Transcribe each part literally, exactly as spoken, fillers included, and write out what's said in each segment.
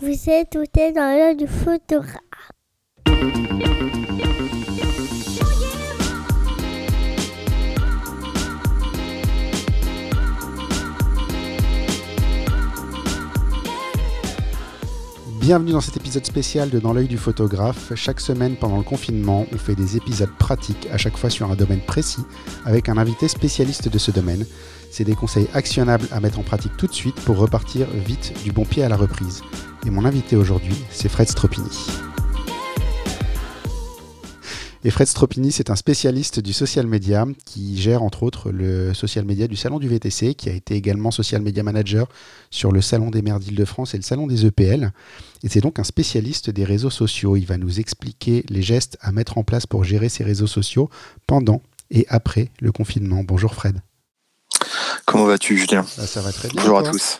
Vous êtes tout est dans l'œil du photographe. Bienvenue dans cet épisode spécial de Dans l'œil du photographe. Chaque semaine pendant le confinement, on fait des épisodes pratiques, à chaque fois sur un domaine précis, avec un invité spécialiste de ce domaine. C'est des conseils actionnables à mettre en pratique tout de suite pour repartir vite du bon pied à la reprise. Et mon invité aujourd'hui, c'est Fred Stropini. Et Fred Stropini, c'est un spécialiste du social media qui gère entre autres le social media du Salon du V T C, qui a été également social media manager sur le Salon des maires d'Île-de-France et le Salon des E P L. Et c'est donc un spécialiste des réseaux sociaux. Il va nous expliquer les gestes à mettre en place pour gérer ces réseaux sociaux pendant et après le confinement. Bonjour Fred. Comment vas-tu, Julien ? Ah, ça va très bien. Bonjour toi à tous.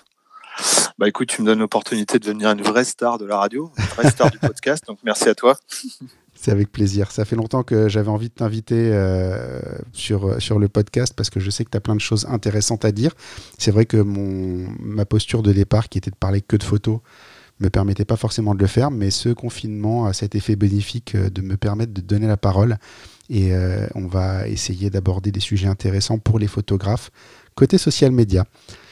Bah écoute, tu me donnes l'opportunité de devenir une vraie star de la radio, une vraie star du podcast, donc merci à toi. C'est avec plaisir. Ça fait longtemps que j'avais envie de t'inviter euh, sur, sur le podcast parce que je sais que tu as plein de choses intéressantes à dire. C'est vrai que mon, ma posture de départ, qui était de parler que de photos, ne me permettait pas forcément de le faire, mais ce confinement a cet effet bénéfique de me permettre de donner la parole. Et euh, on va essayer d'aborder des sujets intéressants pour les photographes. Côté social media,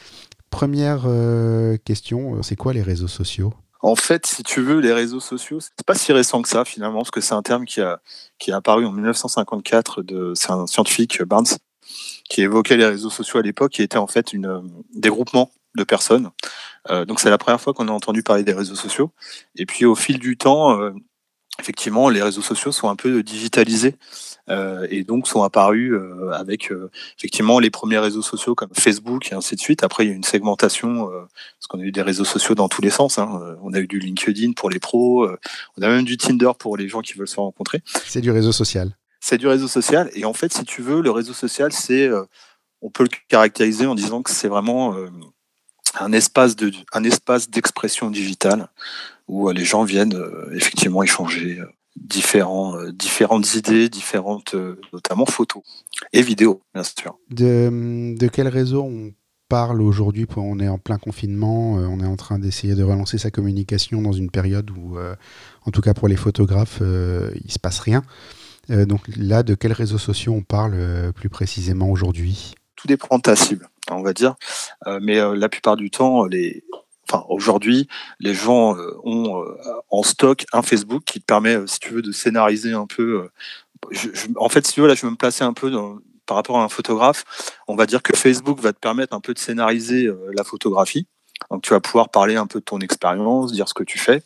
première euh, question, c'est quoi les réseaux sociaux ? En fait, si tu veux, les réseaux sociaux, c'est pas si récent que ça finalement, parce que c'est un terme qui a qui est apparu en dix-neuf cent cinquante-quatre. De, c'est un scientifique, Barnes, qui évoquait les réseaux sociaux à l'époque, qui était en fait une, des groupements de personnes. Euh, donc c'est la première fois qu'on a entendu parler des réseaux sociaux. Et puis au fil du temps, euh, effectivement, les réseaux sociaux sont un peu digitalisés euh, et donc sont apparus euh, avec euh, effectivement les premiers réseaux sociaux comme Facebook et ainsi de suite. Après, il y a une segmentation euh, parce qu'on a eu des réseaux sociaux dans tous les sens. Hein. On a eu du LinkedIn pour les pros, euh, on a même du Tinder pour les gens qui veulent se rencontrer. C'est du réseau social. C'est du réseau social et en fait, si tu veux, le réseau social, c'est euh, on peut le caractériser en disant que c'est vraiment euh, un espace de un espace d'expression digitale où euh, les gens viennent euh, effectivement échanger euh, différents, euh, différentes idées, différentes, euh, notamment photos et vidéos, bien sûr. De, de quel réseau on parle aujourd'hui ? On est en plein confinement, euh, on est en train d'essayer de relancer sa communication dans une période où, euh, en tout cas pour les photographes, euh, il ne se passe rien. Euh, donc là, de quels réseaux sociaux on parle euh, plus précisément aujourd'hui ? Tout dépend de ta cible, on va dire. Euh, mais euh, la plupart du temps, les... Enfin, aujourd'hui, les gens euh, ont euh, en stock un Facebook qui te permet, euh, si tu veux, de scénariser un peu. Euh, je, je, en fait, si tu veux, là, je vais me placer un peu dans, par rapport à un photographe. On va dire que Facebook va te permettre un peu de scénariser euh, la photographie. Donc, tu vas pouvoir parler un peu de ton expérience, dire ce que tu fais.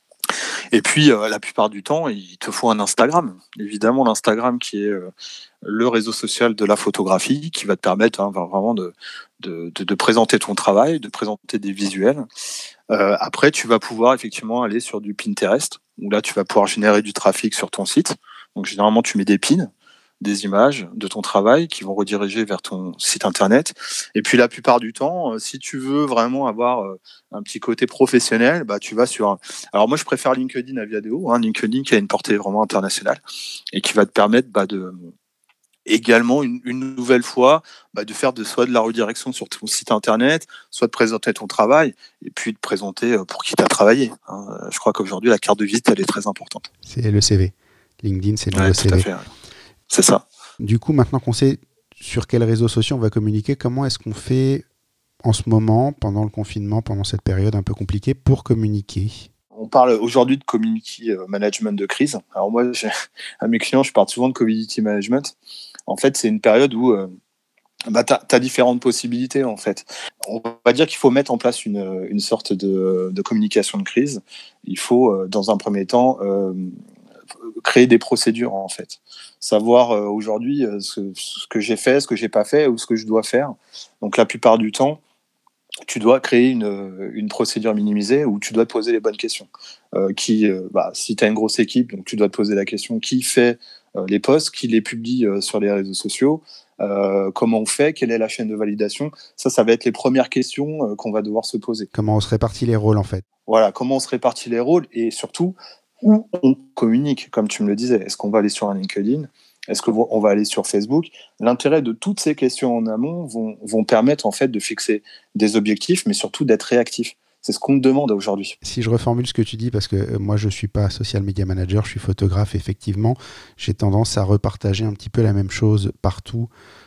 Et puis, euh, la plupart du temps, il te faut un Instagram. Évidemment, l'Instagram qui est euh, le réseau social de la photographie, qui va te permettre hein, vraiment de, de, de, de présenter ton travail, de présenter des visuels. Euh, après, tu vas pouvoir effectivement aller sur du Pinterest, où là, tu vas pouvoir générer du trafic sur ton site. Donc, généralement, tu mets des pins, des images de ton travail qui vont rediriger vers ton site internet. Et puis la plupart du temps, si tu veux vraiment avoir un petit côté professionnel, bah tu vas sur. Un... Alors moi, je préfère LinkedIn à Viadeo, hein, LinkedIn qui a une portée vraiment internationale et qui va te permettre bah, de également une, une nouvelle fois bah, de faire de soit de la redirection sur ton site internet, soit de présenter ton travail et puis de présenter pour qui tu as travaillé. Hein. Je crois qu'aujourd'hui, la carte de visite, elle est très importante. C'est le C V. LinkedIn, c'est le ouais, C V. Tout à fait, ouais. C'est ça. Du coup, maintenant qu'on sait sur quels réseaux sociaux on va communiquer, comment est-ce qu'on fait en ce moment, pendant le confinement, pendant cette période un peu compliquée, pour communiquer ? On parle aujourd'hui de community management de crise. Alors moi, j'ai, à mes clients, je parle souvent de community management. En fait, c'est une période où euh, bah, tu as différentes possibilités. En fait. On va dire qu'il faut mettre en place une, une sorte de, de communication de crise. Il faut, euh, dans un premier temps, euh, créer des procédures, en fait. Savoir euh, aujourd'hui euh, ce, ce que j'ai fait, ce que j'ai pas fait ou ce que je dois faire. Donc la plupart du temps, tu dois créer une, une procédure minimisée où tu dois te poser les bonnes questions. Euh, qui, euh, bah, si tu as une grosse équipe, donc tu dois te poser la question qui fait euh, les posts, qui les publie euh, sur les réseaux sociaux, euh, comment on fait, quelle est la chaîne de validation. Ça, ça va être les premières questions euh, qu'on va devoir se poser. Comment on se répartit les rôles, en fait. Voilà, comment on se répartit les rôles et surtout, où on communique, comme tu me le disais. Est-ce qu'on va aller sur un LinkedIn ? Est-ce qu'on va aller sur Facebook ? L'intérêt de toutes ces questions en amont vont, vont permettre en fait de fixer des objectifs, mais surtout d'être réactif. C'est ce qu'on te demande aujourd'hui. Si je reformule ce que tu dis, parce que euh, moi je ne suis pas social media manager, je suis photographe, effectivement, j'ai tendance à repartager un petit peu la même chose partout,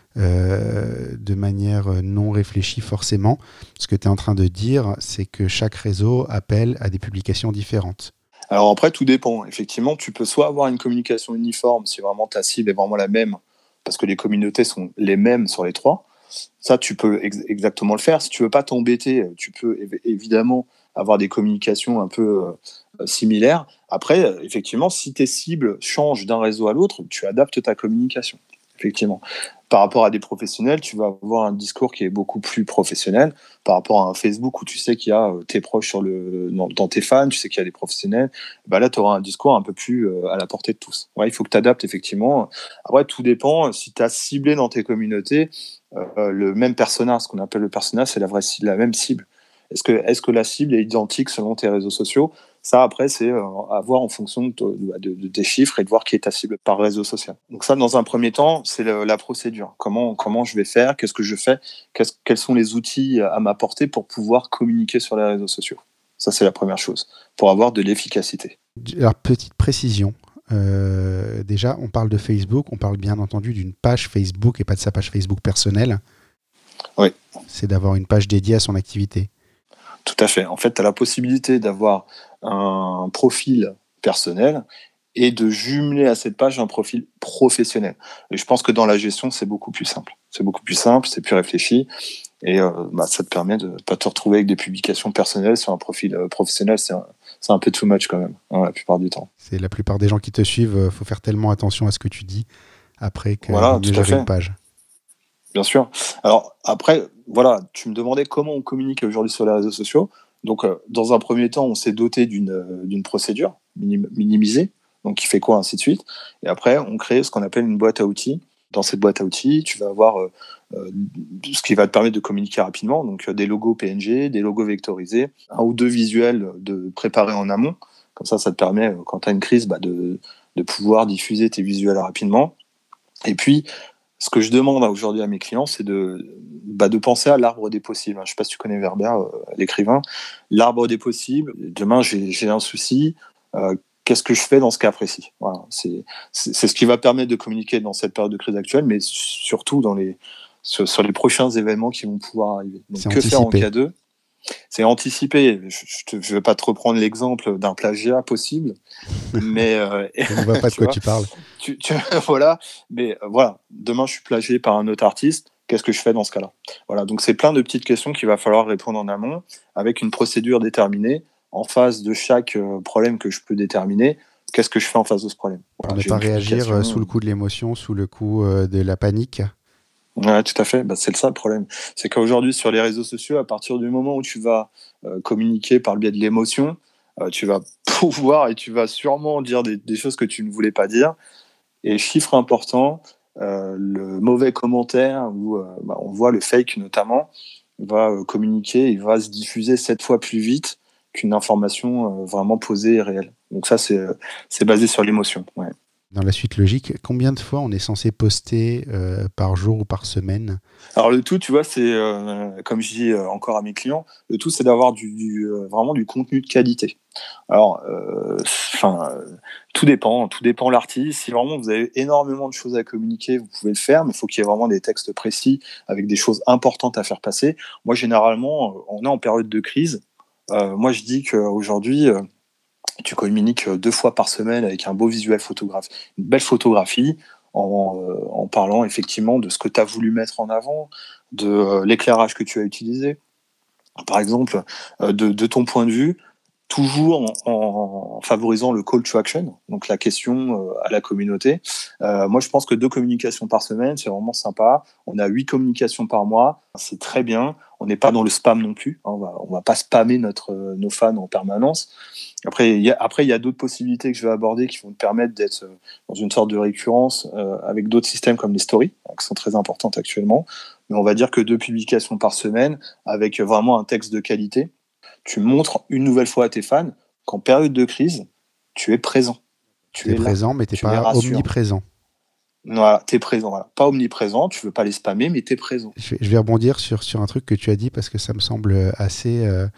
euh, de manière non réfléchie forcément. Ce que tu es en train de dire, c'est que chaque réseau appelle à des publications différentes. Alors après, tout dépend. Effectivement, tu peux soit avoir une communication uniforme, si vraiment ta cible est vraiment la même, parce que les communautés sont les mêmes sur les trois. Ça, tu peux ex- exactement le faire. Si tu veux pas t'embêter, tu peux év- évidemment avoir des communications un peu euh, similaires. Après, euh, effectivement, si tes cibles changent d'un réseau à l'autre, tu adaptes ta communication. Effectivement. Par rapport à des professionnels, tu vas avoir un discours qui est beaucoup plus professionnel. Par rapport à un Facebook où tu sais qu'il y a euh, tes proches sur le, dans, dans tes fans, tu sais qu'il y a des professionnels, bah là, tu auras un discours un peu plus euh, à la portée de tous. Ouais, il faut que tu adaptes, effectivement. Après, tout dépend. Si tu as ciblé dans tes communautés euh, le même persona, ce qu'on appelle le persona, c'est la, vraie, la même cible. Est-ce que, est-ce que la cible est identique selon tes réseaux sociaux ? Ça, après, c'est euh, à voir en fonction de, de, de, de tes chiffres et de voir qui est ta cible par réseau social. Donc ça, dans un premier temps, c'est le, la procédure. Comment, comment je vais faire ? Qu'est-ce que je fais ? Qu'est-ce, Quels sont les outils à ma portée pour pouvoir communiquer sur les réseaux sociaux ? Ça, c'est la première chose, pour avoir de l'efficacité. Alors, petite précision. Euh, déjà, on parle de Facebook, on parle bien entendu d'une page Facebook et pas de sa page Facebook personnelle. Oui. C'est d'avoir une page dédiée à son activité. Tout à fait. En fait, tu as la possibilité d'avoir un profil personnel et de jumeler à cette page un profil professionnel. Et je pense que dans la gestion, c'est beaucoup plus simple. C'est beaucoup plus simple, c'est plus réfléchi. Et euh, bah, ça te permet de ne pas te retrouver avec des publications personnelles sur un profil euh, professionnel. C'est un, c'est un peu too much quand même, hein, la plupart du temps. C'est la plupart des gens qui te suivent, il faut faire tellement attention à ce que tu dis après que voilà, mieux gérer une page. Bien sûr. Alors après, voilà, tu me demandais comment on communique aujourd'hui sur les réseaux sociaux. Donc, euh, dans un premier temps, on s'est doté d'une, euh, d'une procédure minim- minimisée, donc qui fait quoi, ainsi de suite. Et après, on crée ce qu'on appelle une boîte à outils. Dans cette boîte à outils, tu vas avoir euh, euh, ce qui va te permettre de communiquer rapidement, donc euh, des logos P N G, des logos vectorisés, un ou deux visuels de préparer en amont. Comme ça, ça te permet, euh, quand tu as une crise, bah, de, de pouvoir diffuser tes visuels rapidement. Et puis, ce que je demande aujourd'hui à mes clients, c'est de, bah, de penser à l'arbre des possibles. Je ne sais pas si tu connais Verbert, euh, l'écrivain. L'arbre des possibles, demain j'ai, j'ai un souci, euh, qu'est-ce que je fais dans ce cas précis ? Voilà, c'est, c'est, c'est ce qui va permettre de communiquer dans cette période de crise actuelle, mais surtout dans les, sur, sur les prochains événements qui vont pouvoir arriver. Donc, c'est que anticipé. faire en cas deux ? C'est anticipé. Je ne vais pas te reprendre l'exemple d'un plagiat possible, mais euh, je ne vois pas de quoi vois, tu parles. Tu, tu, voilà, mais euh, voilà. Demain, je suis plagié par un autre artiste. Qu'est-ce que je fais dans ce cas-là ? Voilà. Donc, c'est plein de petites questions qu'il va falloir répondre en amont, avec une procédure déterminée en face de chaque euh, problème que je peux déterminer. Qu'est-ce que je fais en face de ce problème ? Voilà, Pour ne pas réagir euh, sous le coup de l'émotion, sous le coup euh, de la panique. Ouais, tout à fait. Bah, c'est ça le problème. C'est qu'aujourd'hui, sur les réseaux sociaux, à partir du moment où tu vas euh, communiquer par le biais de l'émotion, euh, tu vas pouvoir et tu vas sûrement dire des, des choses que tu ne voulais pas dire. Et chiffre important, euh, le mauvais commentaire, où euh, bah, on voit le fake notamment, va euh, communiquer, il va se diffuser sept fois plus vite qu'une information euh, vraiment posée et réelle. Donc ça, c'est, euh, c'est basé sur l'émotion. Ouais. Dans la suite logique, combien de fois on est censé poster euh, par jour ou par semaine ? Alors le tout, tu vois, c'est, euh, comme je dis euh, encore à mes clients, le tout, c'est d'avoir du, du, euh, vraiment du contenu de qualité. Alors, enfin, euh, euh, tout dépend, tout dépend de l'artiste. Si vraiment vous avez énormément de choses à communiquer, vous pouvez le faire, mais il faut qu'il y ait vraiment des textes précis avec des choses importantes à faire passer. Moi, généralement, on est en période de crise. Euh, moi, je dis qu'aujourd'hui, euh, tu communiques deux fois par semaine avec un beau visuel photographe, une belle photographie, en, euh, en parlant effectivement de ce que tu as voulu mettre en avant, de euh, l'éclairage que tu as utilisé. Par exemple, euh, de, de ton point de vue, toujours en, en favorisant le call to action, donc la question euh, à la communauté. Euh, moi, je pense que deux communications par semaine, c'est vraiment sympa. On a huit communications par mois, c'est très bien. On n'est pas dans le spam non plus. Hein, on va, on va pas spammer notre, euh, nos fans en permanence. Après, il y a, après, il y a d'autres possibilités que je vais aborder qui vont te permettre d'être dans une sorte de récurrence euh, avec d'autres systèmes comme les stories, hein, qui sont très importantes actuellement. Mais on va dire que deux publications par semaine avec vraiment un texte de qualité. Tu montres une nouvelle fois à tes fans qu'en période de crise, tu es présent. Tu es, es présent, là, mais tu n'es pas omniprésent. Voilà, tu es présent. Voilà. Pas omniprésent, tu ne veux pas les spammer, mais tu es présent. Je vais, je vais rebondir sur, sur un truc que tu as dit parce que ça me semble assez euh,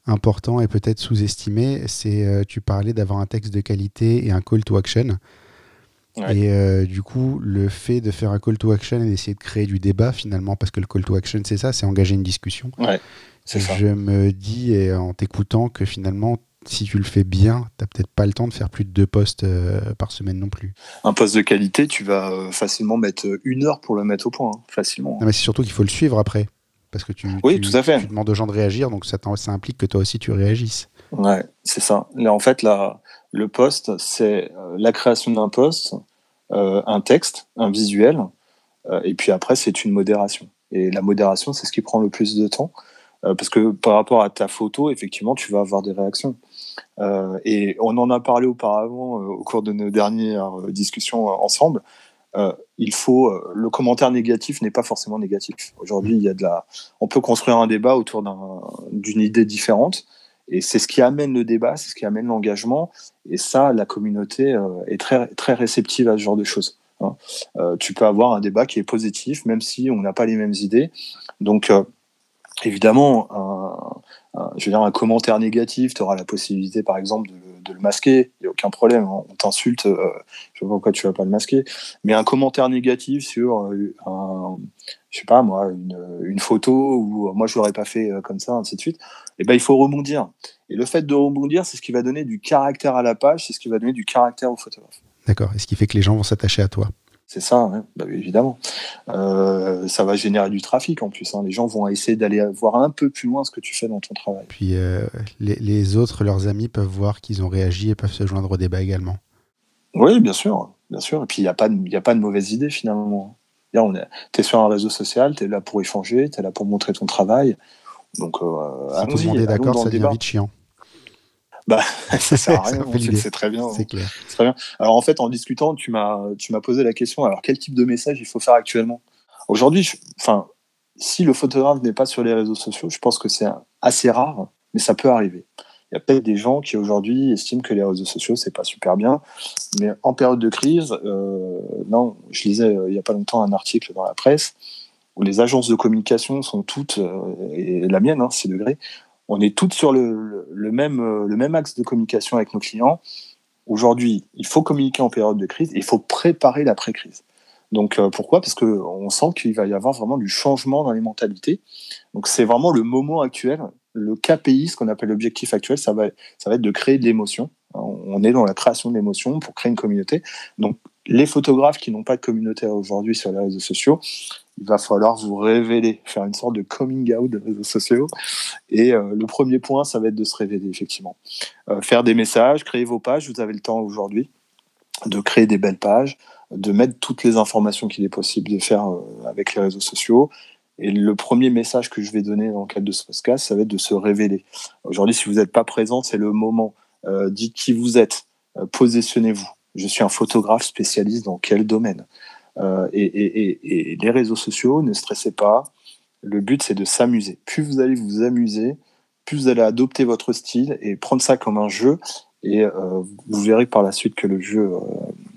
important et peut-être sous-estimé, c'est euh, tu parlais d'avoir un texte de qualité et un call to action. Ouais. Et euh, du coup, le fait de faire un call to action et d'essayer de créer du débat finalement, parce que le call to action, c'est ça, c'est engager une discussion. Ouais, c'est je ça. me dis, et en t'écoutant, que finalement, si tu le fais bien, t'as peut-être pas le temps de faire plus de deux posts euh, par semaine non plus. Un post de qualité, tu vas euh, facilement mettre une heure pour le mettre au point, hein, facilement. Non, mais c'est surtout qu'il faut le suivre après. Parce que tu, oui, tu, tout à fait. tu demandes aux gens de réagir, donc ça, ça implique que toi aussi tu réagisses. Ouais, c'est ça. Là, en fait, là, le post, c'est la création d'un post, euh, un texte, un visuel, euh, et puis après, c'est une modération. Et la modération, c'est ce qui prend le plus de temps, euh, parce que par rapport à ta photo, effectivement, tu vas avoir des réactions. Euh, et on en a parlé auparavant euh, au cours de nos dernières euh, discussions euh, ensemble. Euh, il faut euh, le commentaire négatif n'est pas forcément négatif. Aujourd'hui, il y a de la, on peut construire un débat autour d'un, d'une idée différente, et c'est ce qui amène le débat, c'est ce qui amène l'engagement. Et ça, la communauté euh, est très très réceptive à ce genre de choses. Hein. Euh, tu peux avoir un débat qui est positif, même si on n'a pas les mêmes idées. Donc euh, évidemment, un, un, je veux dire, un commentaire négatif, tu auras la possibilité, par exemple, de, de le masquer. Il n'y a aucun problème. On t'insulte, euh, je ne sais pas pourquoi tu ne vas pas le masquer. Mais un commentaire négatif sur, euh, un, je sais pas moi, une, une photo où moi je l'aurais pas fait euh, comme ça, ainsi de suite. Et ben il faut rebondir. Et le fait de rebondir, c'est ce qui va donner du caractère à la page, c'est ce qui va donner du caractère au photographe. D'accord. Et ce qui fait que les gens vont s'attacher à toi. C'est ça, hein. Bah, évidemment. Euh, ça va générer du trafic en plus. Hein. Les gens vont essayer d'aller voir un peu plus loin ce que tu fais dans ton travail. Puis euh, les, les autres, leurs amis, peuvent voir qu'ils ont réagi et peuvent se joindre au débat également. Oui, bien sûr. Bien sûr. Et puis, il n'y a, a pas de mauvaise idée finalement. Tu es sur un réseau social, tu es là pour échanger, tu es là pour montrer ton travail. Donc, euh, si tout le monde est d'accord, ça devient vite chiant. Bah, ça sert à rien, en fait, c'est très bien. C'est hein. clair. C'est très bien. Alors en fait, en discutant, tu m'as, tu m'as posé la question, alors quel type de message il faut faire actuellement ? Aujourd'hui, je, enfin, si le photographe n'est pas sur les réseaux sociaux, je pense que c'est assez rare, mais ça peut arriver. Il y a peut-être des gens qui aujourd'hui estiment que les réseaux sociaux, c'est pas super bien, mais en période de crise, euh, non, je lisais euh, il y a pas longtemps un article dans la presse où les agences de communication sont toutes, euh, et la mienne, hein, c'est Degré, on est toutes sur le, le, le, même, le même axe de communication avec nos clients. Aujourd'hui, il faut communiquer en période de crise et il faut préparer l'après-crise. Donc, euh, pourquoi ? Parce qu'on sent qu'il va y avoir vraiment du changement dans les mentalités. Donc, c'est vraiment le moment actuel. Le K P I, ce qu'on appelle l'objectif actuel, ça va, ça va être de créer de l'émotion. On est dans la création de l'émotion pour créer une communauté. Donc, les photographes qui n'ont pas de communauté aujourd'hui sur les réseaux sociaux, il va falloir vous révéler, faire une sorte de coming out des réseaux sociaux. Et euh, le premier point, ça va être de se révéler, effectivement. Euh, faire des messages, créer vos pages. Vous avez le temps aujourd'hui de créer des belles pages, de mettre toutes les informations qu'il est possible de faire euh, avec les réseaux sociaux. Et le premier message que je vais donner dans le cadre de ce podcast, ça va être de se révéler. Aujourd'hui, si vous n'êtes pas présent, c'est le moment. Euh, dites qui vous êtes, euh, positionnez-vous. Je suis un photographe spécialiste dans quel domaine ? euh, et, et, et, et les réseaux sociaux, ne stressez pas. Le but, c'est de s'amuser. Plus vous allez vous amuser, plus vous allez adopter votre style et prendre ça comme un jeu. Et euh, vous verrez par la suite que le jeu, euh,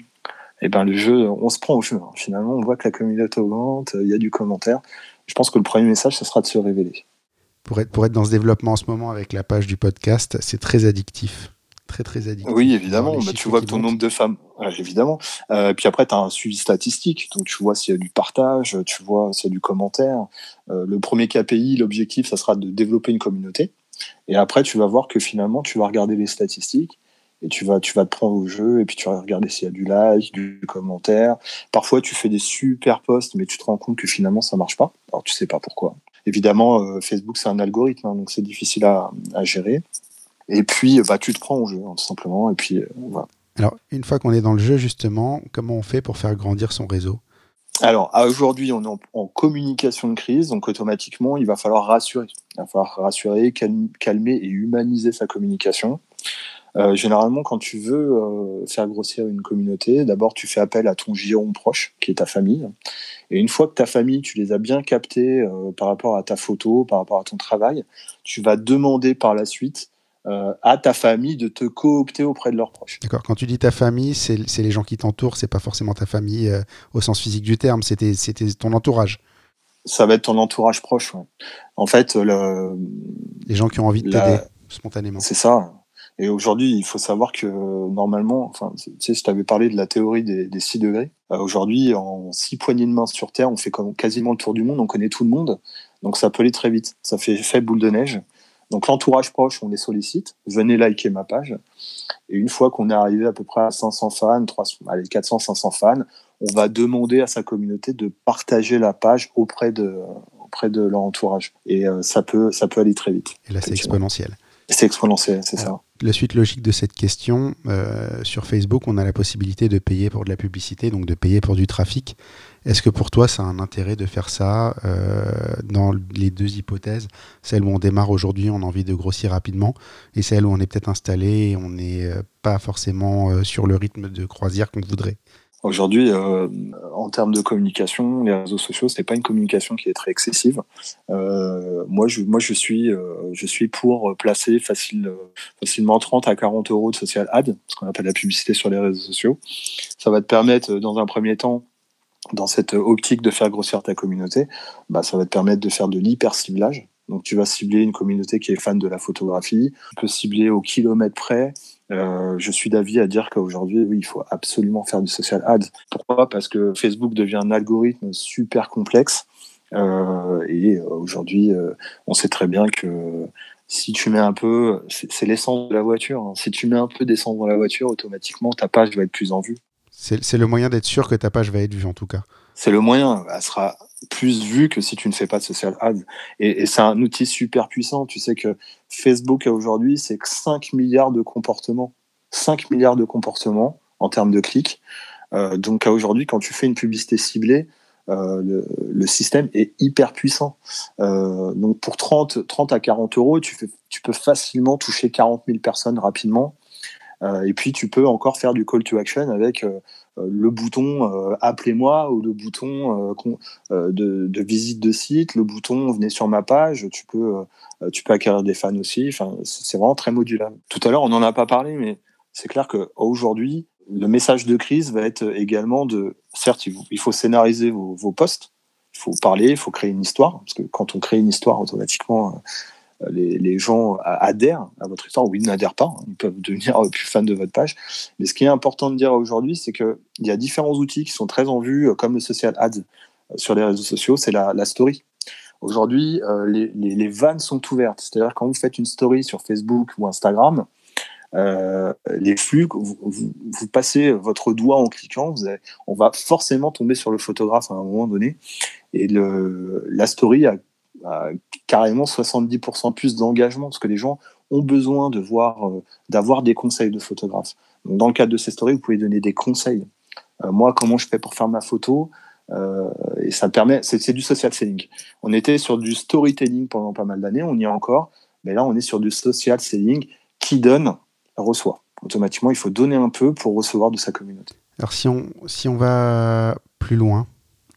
eh ben, le jeu, on se prend au jeu. Hein. Finalement, on voit que la communauté augmente, il y a du commentaire. Je pense que le premier message, ça sera de se révéler. Pour être, pour être dans ce développement en ce moment avec la page du podcast, c'est très addictif. Très, très addictif. Oui, évidemment. Bah, tu vois que ton montent. nombre de femmes, ouais, évidemment. Euh, puis après, tu as un suivi statistique. Donc, tu vois s'il y a du partage, tu vois s'il y a du commentaire. Euh, le premier K P I, l'objectif, ça sera de développer une communauté. Et après, tu vas voir que finalement, tu vas regarder les statistiques et tu vas, tu vas te prendre au jeu et puis tu vas regarder s'il y a du like, du commentaire. Parfois, tu fais des super posts, mais tu te rends compte que finalement, ça marche pas. Alors, tu sais pas pourquoi. Évidemment, euh, Facebook, c'est un algorithme, hein, donc c'est difficile à, à gérer. Et puis, bah, tu te prends au jeu, hein, tout simplement. Et puis, euh, voilà. Alors, une fois qu'on est dans le jeu, justement, comment on fait pour faire grandir son réseau ? Alors, aujourd'hui, on est en, en communication de crise, donc automatiquement, il va falloir rassurer. Il va falloir rassurer, calmer, calmer et humaniser sa communication. Euh, généralement, quand tu veux euh, faire grossir une communauté, d'abord, tu fais appel à ton giron proche, qui est ta famille. Et une fois que ta famille, tu les as bien captés euh, par rapport à ta photo, par rapport à ton travail, tu vas demander par la suite Euh, à ta famille de te coopter auprès de leurs proches. D'accord. Quand tu dis ta famille, c'est, c'est les gens qui t'entourent, c'est pas forcément ta famille euh, au sens physique du terme, c'était, c'était ton entourage. Ça va être ton entourage proche, ouais. En fait, le... les gens qui ont envie de la... t'aider. spontanément. C'est ça. Et aujourd'hui, il faut savoir que normalement, enfin, tu sais, je t'avais parlé de la théorie des, des six degrés. Euh, aujourd'hui, en six poignées de main sur Terre, on fait comme, quasiment le tour du monde, on connaît tout le monde. Donc ça peut aller très vite. Ça fait effet boule de neige. Donc l'entourage proche, on les sollicite. Venez liker ma page. Et une fois qu'on est arrivé à peu près à cinq cents fans, trois cents, allez, quatre cents, cinq cents fans, on va demander à sa communauté de partager la page auprès de, auprès de leur entourage. Et euh, ça peut, ça peut aller très vite. Et là, c'est exponentiel. C'est exponentiel, c'est Alors, ça. La suite logique de cette question, euh, sur Facebook, on a la possibilité de payer pour de la publicité, donc de payer pour du trafic. Est-ce que pour toi, ça a un intérêt de faire ça euh, dans les deux hypothèses, celle où on démarre aujourd'hui, on a envie de grossir rapidement, et celle où on est peut-être installé et on n'est euh, pas forcément euh, sur le rythme de croisière qu'on voudrait? Aujourd'hui, euh, en termes de communication, les réseaux sociaux, c'est pas une communication qui est très excessive. Euh, moi, je, moi, je suis, euh, je suis pour placer facile, facilement trente à quarante euros de social ad, ce qu'on appelle la publicité sur les réseaux sociaux. Ça va te permettre, dans un premier temps, dans cette optique de faire grossir ta communauté, bah, ça va te permettre de faire de l'hyper ciblage. Donc, tu vas cibler une communauté qui est fan de la photographie. Tu peux cibler au kilomètre près. Euh, je suis d'avis à dire qu'aujourd'hui, oui, il faut absolument faire du social ads. Pourquoi ? Parce que Facebook devient un algorithme super complexe. Euh, et aujourd'hui, euh, on sait très bien que si tu mets un peu, c'est, c'est l'essence de la voiture, hein. Si tu mets un peu d'essence dans la voiture, automatiquement, ta page va être plus en vue. C'est, c'est le moyen d'être sûr que ta page va être vue, en tout cas. C'est le moyen. Elle sera plus vue que si tu ne fais pas de social ads. Et, et c'est un outil super puissant. Tu sais que Facebook, aujourd'hui, c'est que cinq milliards de comportements. cinq milliards de comportements en termes de clics. Euh, donc, à aujourd'hui, quand tu fais une publicité ciblée, euh, le, le système est hyper puissant. Euh, donc, pour trente, trente à quarante euros, tu, fais, tu peux facilement toucher quarante mille personnes rapidement. Euh, et puis, tu peux encore faire du call to action avec euh, le bouton euh, « Appelez-moi » ou le bouton euh, con, euh, de, de visite de site, le bouton « Venez sur ma page ». Tu peux, euh, tu peux acquérir des fans aussi. Enfin, c'est vraiment très modulable. Tout à l'heure, on n'en a pas parlé, mais c'est clair qu'aujourd'hui, le message de crise va être également de... Certes, il faut scénariser vos, vos posts, il faut parler, il faut créer une histoire, parce que quand on crée une histoire, automatiquement... Les, les gens adhèrent à votre histoire ou ils n'adhèrent pas, ils peuvent devenir plus fans de votre page. Mais ce qui est important de dire aujourd'hui, c'est qu'il y a différents outils qui sont très en vue, comme le social ads sur les réseaux sociaux, c'est la, la story. Aujourd'hui, euh, les, les, les vannes sont ouvertes, c'est-à-dire quand vous faites une story sur Facebook ou Instagram, euh, les flux, vous, vous, vous passez votre doigt en cliquant, vous avez, on va forcément tomber sur le photographe à un moment donné, et le, la story a Euh, carrément soixante-dix pour cent plus d'engagement parce que les gens ont besoin de voir, euh, d'avoir des conseils de photographes. Donc, dans le cadre de ces stories, vous pouvez donner des conseils. Euh, moi, comment je fais pour faire ma photo euh, et ça permet, c'est, c'est du social selling. On était sur du storytelling pendant pas mal d'années, on y est encore, mais là, on est sur du social selling. Qui donne, reçoit. Automatiquement, il faut donner un peu pour recevoir de sa communauté. Alors, si on, si on va plus loin,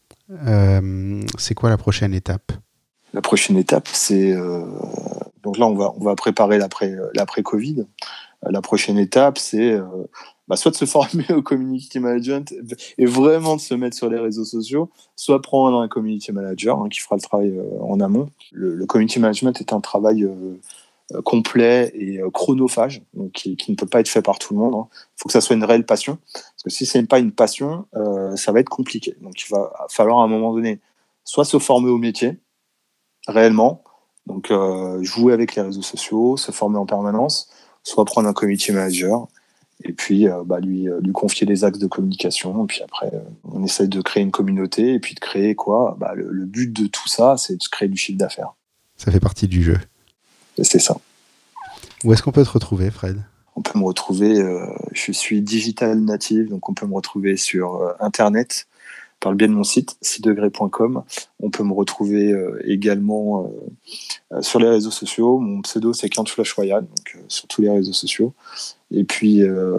euh, c'est quoi la prochaine étape ? La prochaine étape, c'est... Euh, donc là, on va, on va préparer l'après, l'après-Covid. La prochaine étape, c'est euh, bah, soit de se former au community management et vraiment de se mettre sur les réseaux sociaux, soit prendre un community manager hein, qui fera le travail euh, en amont. Le, le community management est un travail euh, complet et euh, chronophage, donc qui, qui ne peut pas être fait par tout le monde. Il hein. faut que ça soit une réelle passion. Parce que si ce n'est pas une passion, euh, ça va être compliqué. Donc il va falloir à un moment donné soit se former au métier, réellement, donc euh, jouer avec les réseaux sociaux, se former en permanence, soit prendre un community manager et puis euh, bah, lui, euh, lui confier les axes de communication, et puis après euh, on essaie de créer une communauté et puis de créer quoi bah, le, le but de tout ça, c'est de créer du chiffre d'affaires. Ça fait partie du jeu. Et c'est ça. Où est-ce qu'on peut te retrouver, Fred ? On peut me retrouver, euh, je suis digital native, donc on peut me retrouver sur euh, Internet, par le biais de mon site, six degrés point com. On peut me retrouver euh, également euh, sur les réseaux sociaux. Mon pseudo, c'est Count Flash Royal, donc euh, sur tous les réseaux sociaux. Et puis, euh,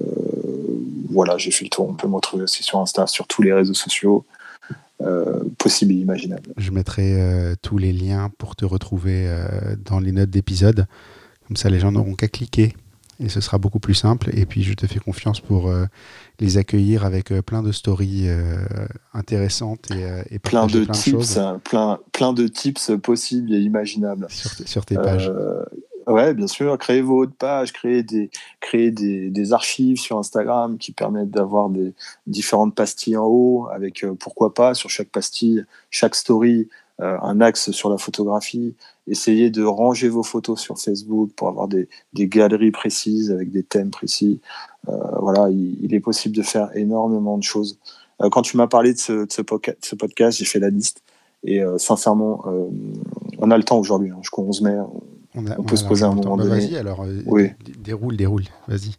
voilà, j'ai fait le tour. On peut me retrouver aussi sur Insta, sur tous les réseaux sociaux euh, possibles et imaginables. Je mettrai euh, tous les liens pour te retrouver euh, dans les notes d'épisode. Comme ça, les gens n'auront qu'à cliquer. Et ce sera beaucoup plus simple. Et puis, je te fais confiance pour euh, les accueillir avec euh, plein de stories euh, intéressantes et, euh, et plein de plein tips, de choses. Plein, plein de tips possibles et imaginables sur, t- sur tes pages. Euh, Ouais, bien sûr, créer vos hautes pages, créer des, créer des, des archives sur Instagram qui permettent d'avoir des différentes pastilles en haut, avec euh, pourquoi pas sur chaque pastille, chaque story, euh, un axe sur la photographie. Essayez de ranger vos photos sur Facebook pour avoir des, des galeries précises avec des thèmes précis. Euh, voilà, il, il est possible de faire énormément de choses. Euh, quand tu m'as parlé de ce, de ce, podca- de ce podcast, j'ai fait la liste. Et euh, sincèrement, euh, on a le temps aujourd'hui, hein, jusqu'au onze mai. On, a, On on peut a se poser à un largement le temps. moment Bah, donné. vas-y, alors, euh, Oui. dé- déroule, déroule, vas-y.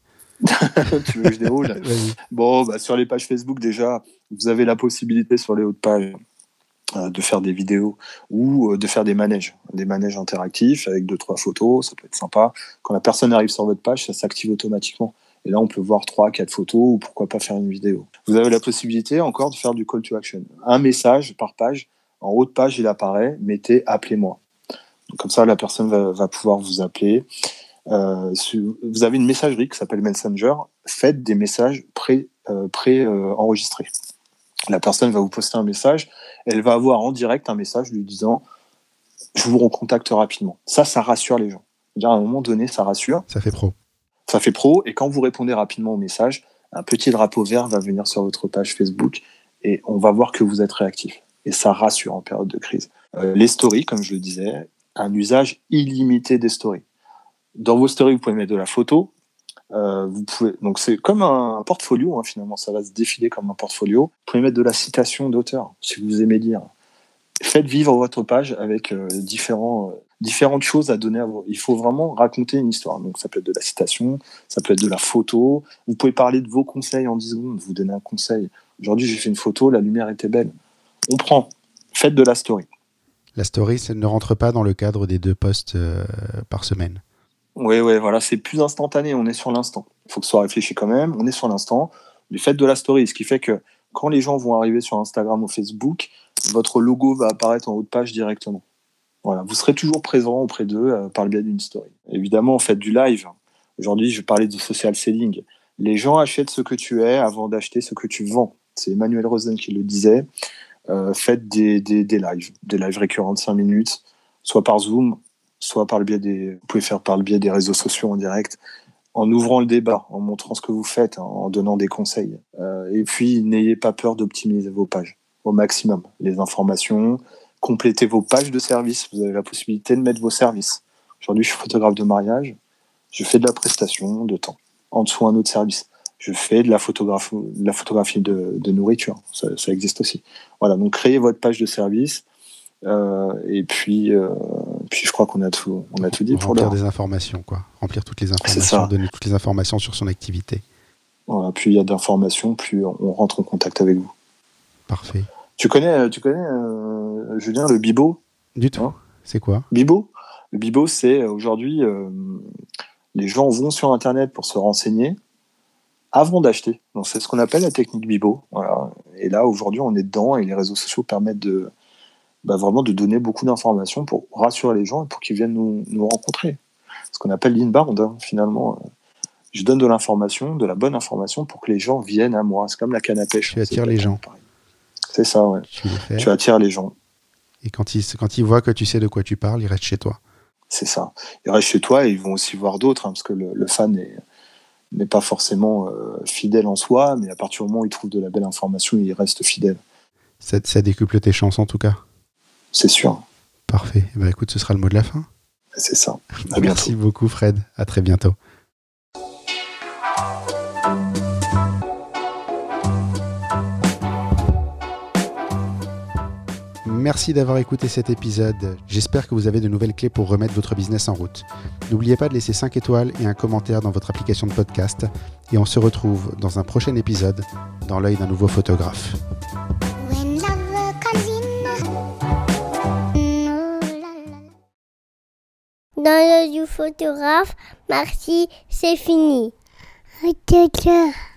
Tu veux que je déroule? Vas-y. Bon, bah, sur les pages Facebook, déjà, vous avez la possibilité sur les hautes pages euh, de faire des vidéos ou euh, de faire des manèges, des manèges interactifs avec deux, trois photos, ça peut être sympa. Quand la personne arrive sur votre page, ça s'active automatiquement. Et là, on peut voir trois, quatre photos ou pourquoi pas faire une vidéo. Vous avez la possibilité encore de faire du call to action. Un message par page, en haut de page, il apparaît, mettez « appelez-moi ». Comme ça, la personne va, va pouvoir vous appeler. Euh, vous avez une messagerie qui s'appelle Messenger. Faites des messages pré, euh, pré-enregistrés. La personne va vous poster un message. Elle va avoir en direct un message lui disant « Je vous recontacte rapidement ». Ça, ça rassure les gens. À un moment donné, ça rassure. Ça fait pro. Ça fait pro. Et quand vous répondez rapidement au message, un petit drapeau vert va venir sur votre page Facebook et on va voir que vous êtes réactif. Et ça rassure en période de crise. Euh, les stories, comme je le disais, un usage illimité des stories. Dans vos stories, vous pouvez mettre de la photo. Euh, vous pouvez, donc c'est comme un portfolio, hein, finalement, ça va se défiler comme un portfolio. Vous pouvez mettre de la citation d'auteur, si vous aimez lire. Faites vivre votre page avec euh, différents, euh, différentes choses à donner à vous. Il faut vraiment raconter une histoire. Donc ça peut être de la citation, ça peut être de la photo. Vous pouvez parler de vos conseils en dix secondes, vous donner un conseil. Aujourd'hui, j'ai fait une photo, la lumière était belle. On prend. Faites de la story. La story, ça ne rentre pas dans le cadre des deux posts euh, par semaine. Oui, ouais, voilà, c'est plus instantané, on est sur l'instant. Il faut que ce soit réfléchi quand même, on est sur l'instant. Du fait de la story, ce qui fait que quand les gens vont arriver sur Instagram ou Facebook, votre logo va apparaître en haut de page directement. Voilà, vous serez toujours présent auprès d'eux euh, par le biais d'une story. Évidemment, faites du live. Aujourd'hui, je parlais de social selling. Les gens achètent ce que tu es avant d'acheter ce que tu vends. C'est Emmanuel Rosen qui le disait. Euh, faites des, des, des lives, des lives récurrents de cinq minutes, soit par Zoom, soit par le biais des, vous pouvez faire par le biais des réseaux sociaux en direct, en ouvrant le débat, en montrant ce que vous faites, en donnant des conseils. Euh, et puis, n'ayez pas peur d'optimiser vos pages au maximum. Les informations, complétez vos pages de service. Vous avez la possibilité de mettre vos services. Aujourd'hui, je suis photographe de mariage. Je fais de la prestation de temps. En dessous, un autre service. Je fais de la photographie de, la photographie de, de nourriture. Ça, ça existe aussi. Voilà, donc créez votre page de service. Euh, et puis, euh, puis, je crois qu'on a tout, on a tout dit. Remplir pour des informations, quoi. Remplir toutes les informations, donner toutes les informations sur son activité. Voilà, plus il y a d'informations, plus on rentre en contact avec vous. Parfait. Tu connais, tu connais euh, Julien, le Bibo? Du tout. Hein? C'est quoi? Bibo? Le Bibo, c'est aujourd'hui, euh, les gens vont sur Internet pour se renseigner avant d'acheter. Donc, c'est ce qu'on appelle la technique Bibo. Voilà. Et là, aujourd'hui, on est dedans et les réseaux sociaux permettent de, bah, vraiment de donner beaucoup d'informations pour rassurer les gens et pour qu'ils viennent nous, nous rencontrer. Ce qu'on appelle l'inbound, hein, finalement. Je donne de l'information, de la bonne information pour que les gens viennent à moi. C'est comme la canne à pêche. Tu attires les gens. Pareil. C'est ça, ouais. Tu, les fais. Tu attires les gens. Et quand ils, quand ils voient que tu sais de quoi tu parles, ils restent chez toi. C'est ça. Ils restent chez toi et ils vont aussi voir d'autres, hein, parce que le, le fan est, n'est pas forcément euh, fidèle en soi, mais à partir du moment où il trouve de la belle information, il reste fidèle. Ça, ça décuple tes chances en tout cas. C'est sûr. Parfait. Eh ben, écoute, ce sera le mot de la fin. C'est ça. À Merci bientôt. beaucoup Fred. À très bientôt. Merci d'avoir écouté cet épisode. J'espère que vous avez de nouvelles clés pour remettre votre business en route. N'oubliez pas de laisser cinq étoiles et un commentaire dans votre application de podcast. Et on se retrouve dans un prochain épisode dans l'œil d'un nouveau photographe. Dans l'œil du photographe, merci, c'est fini.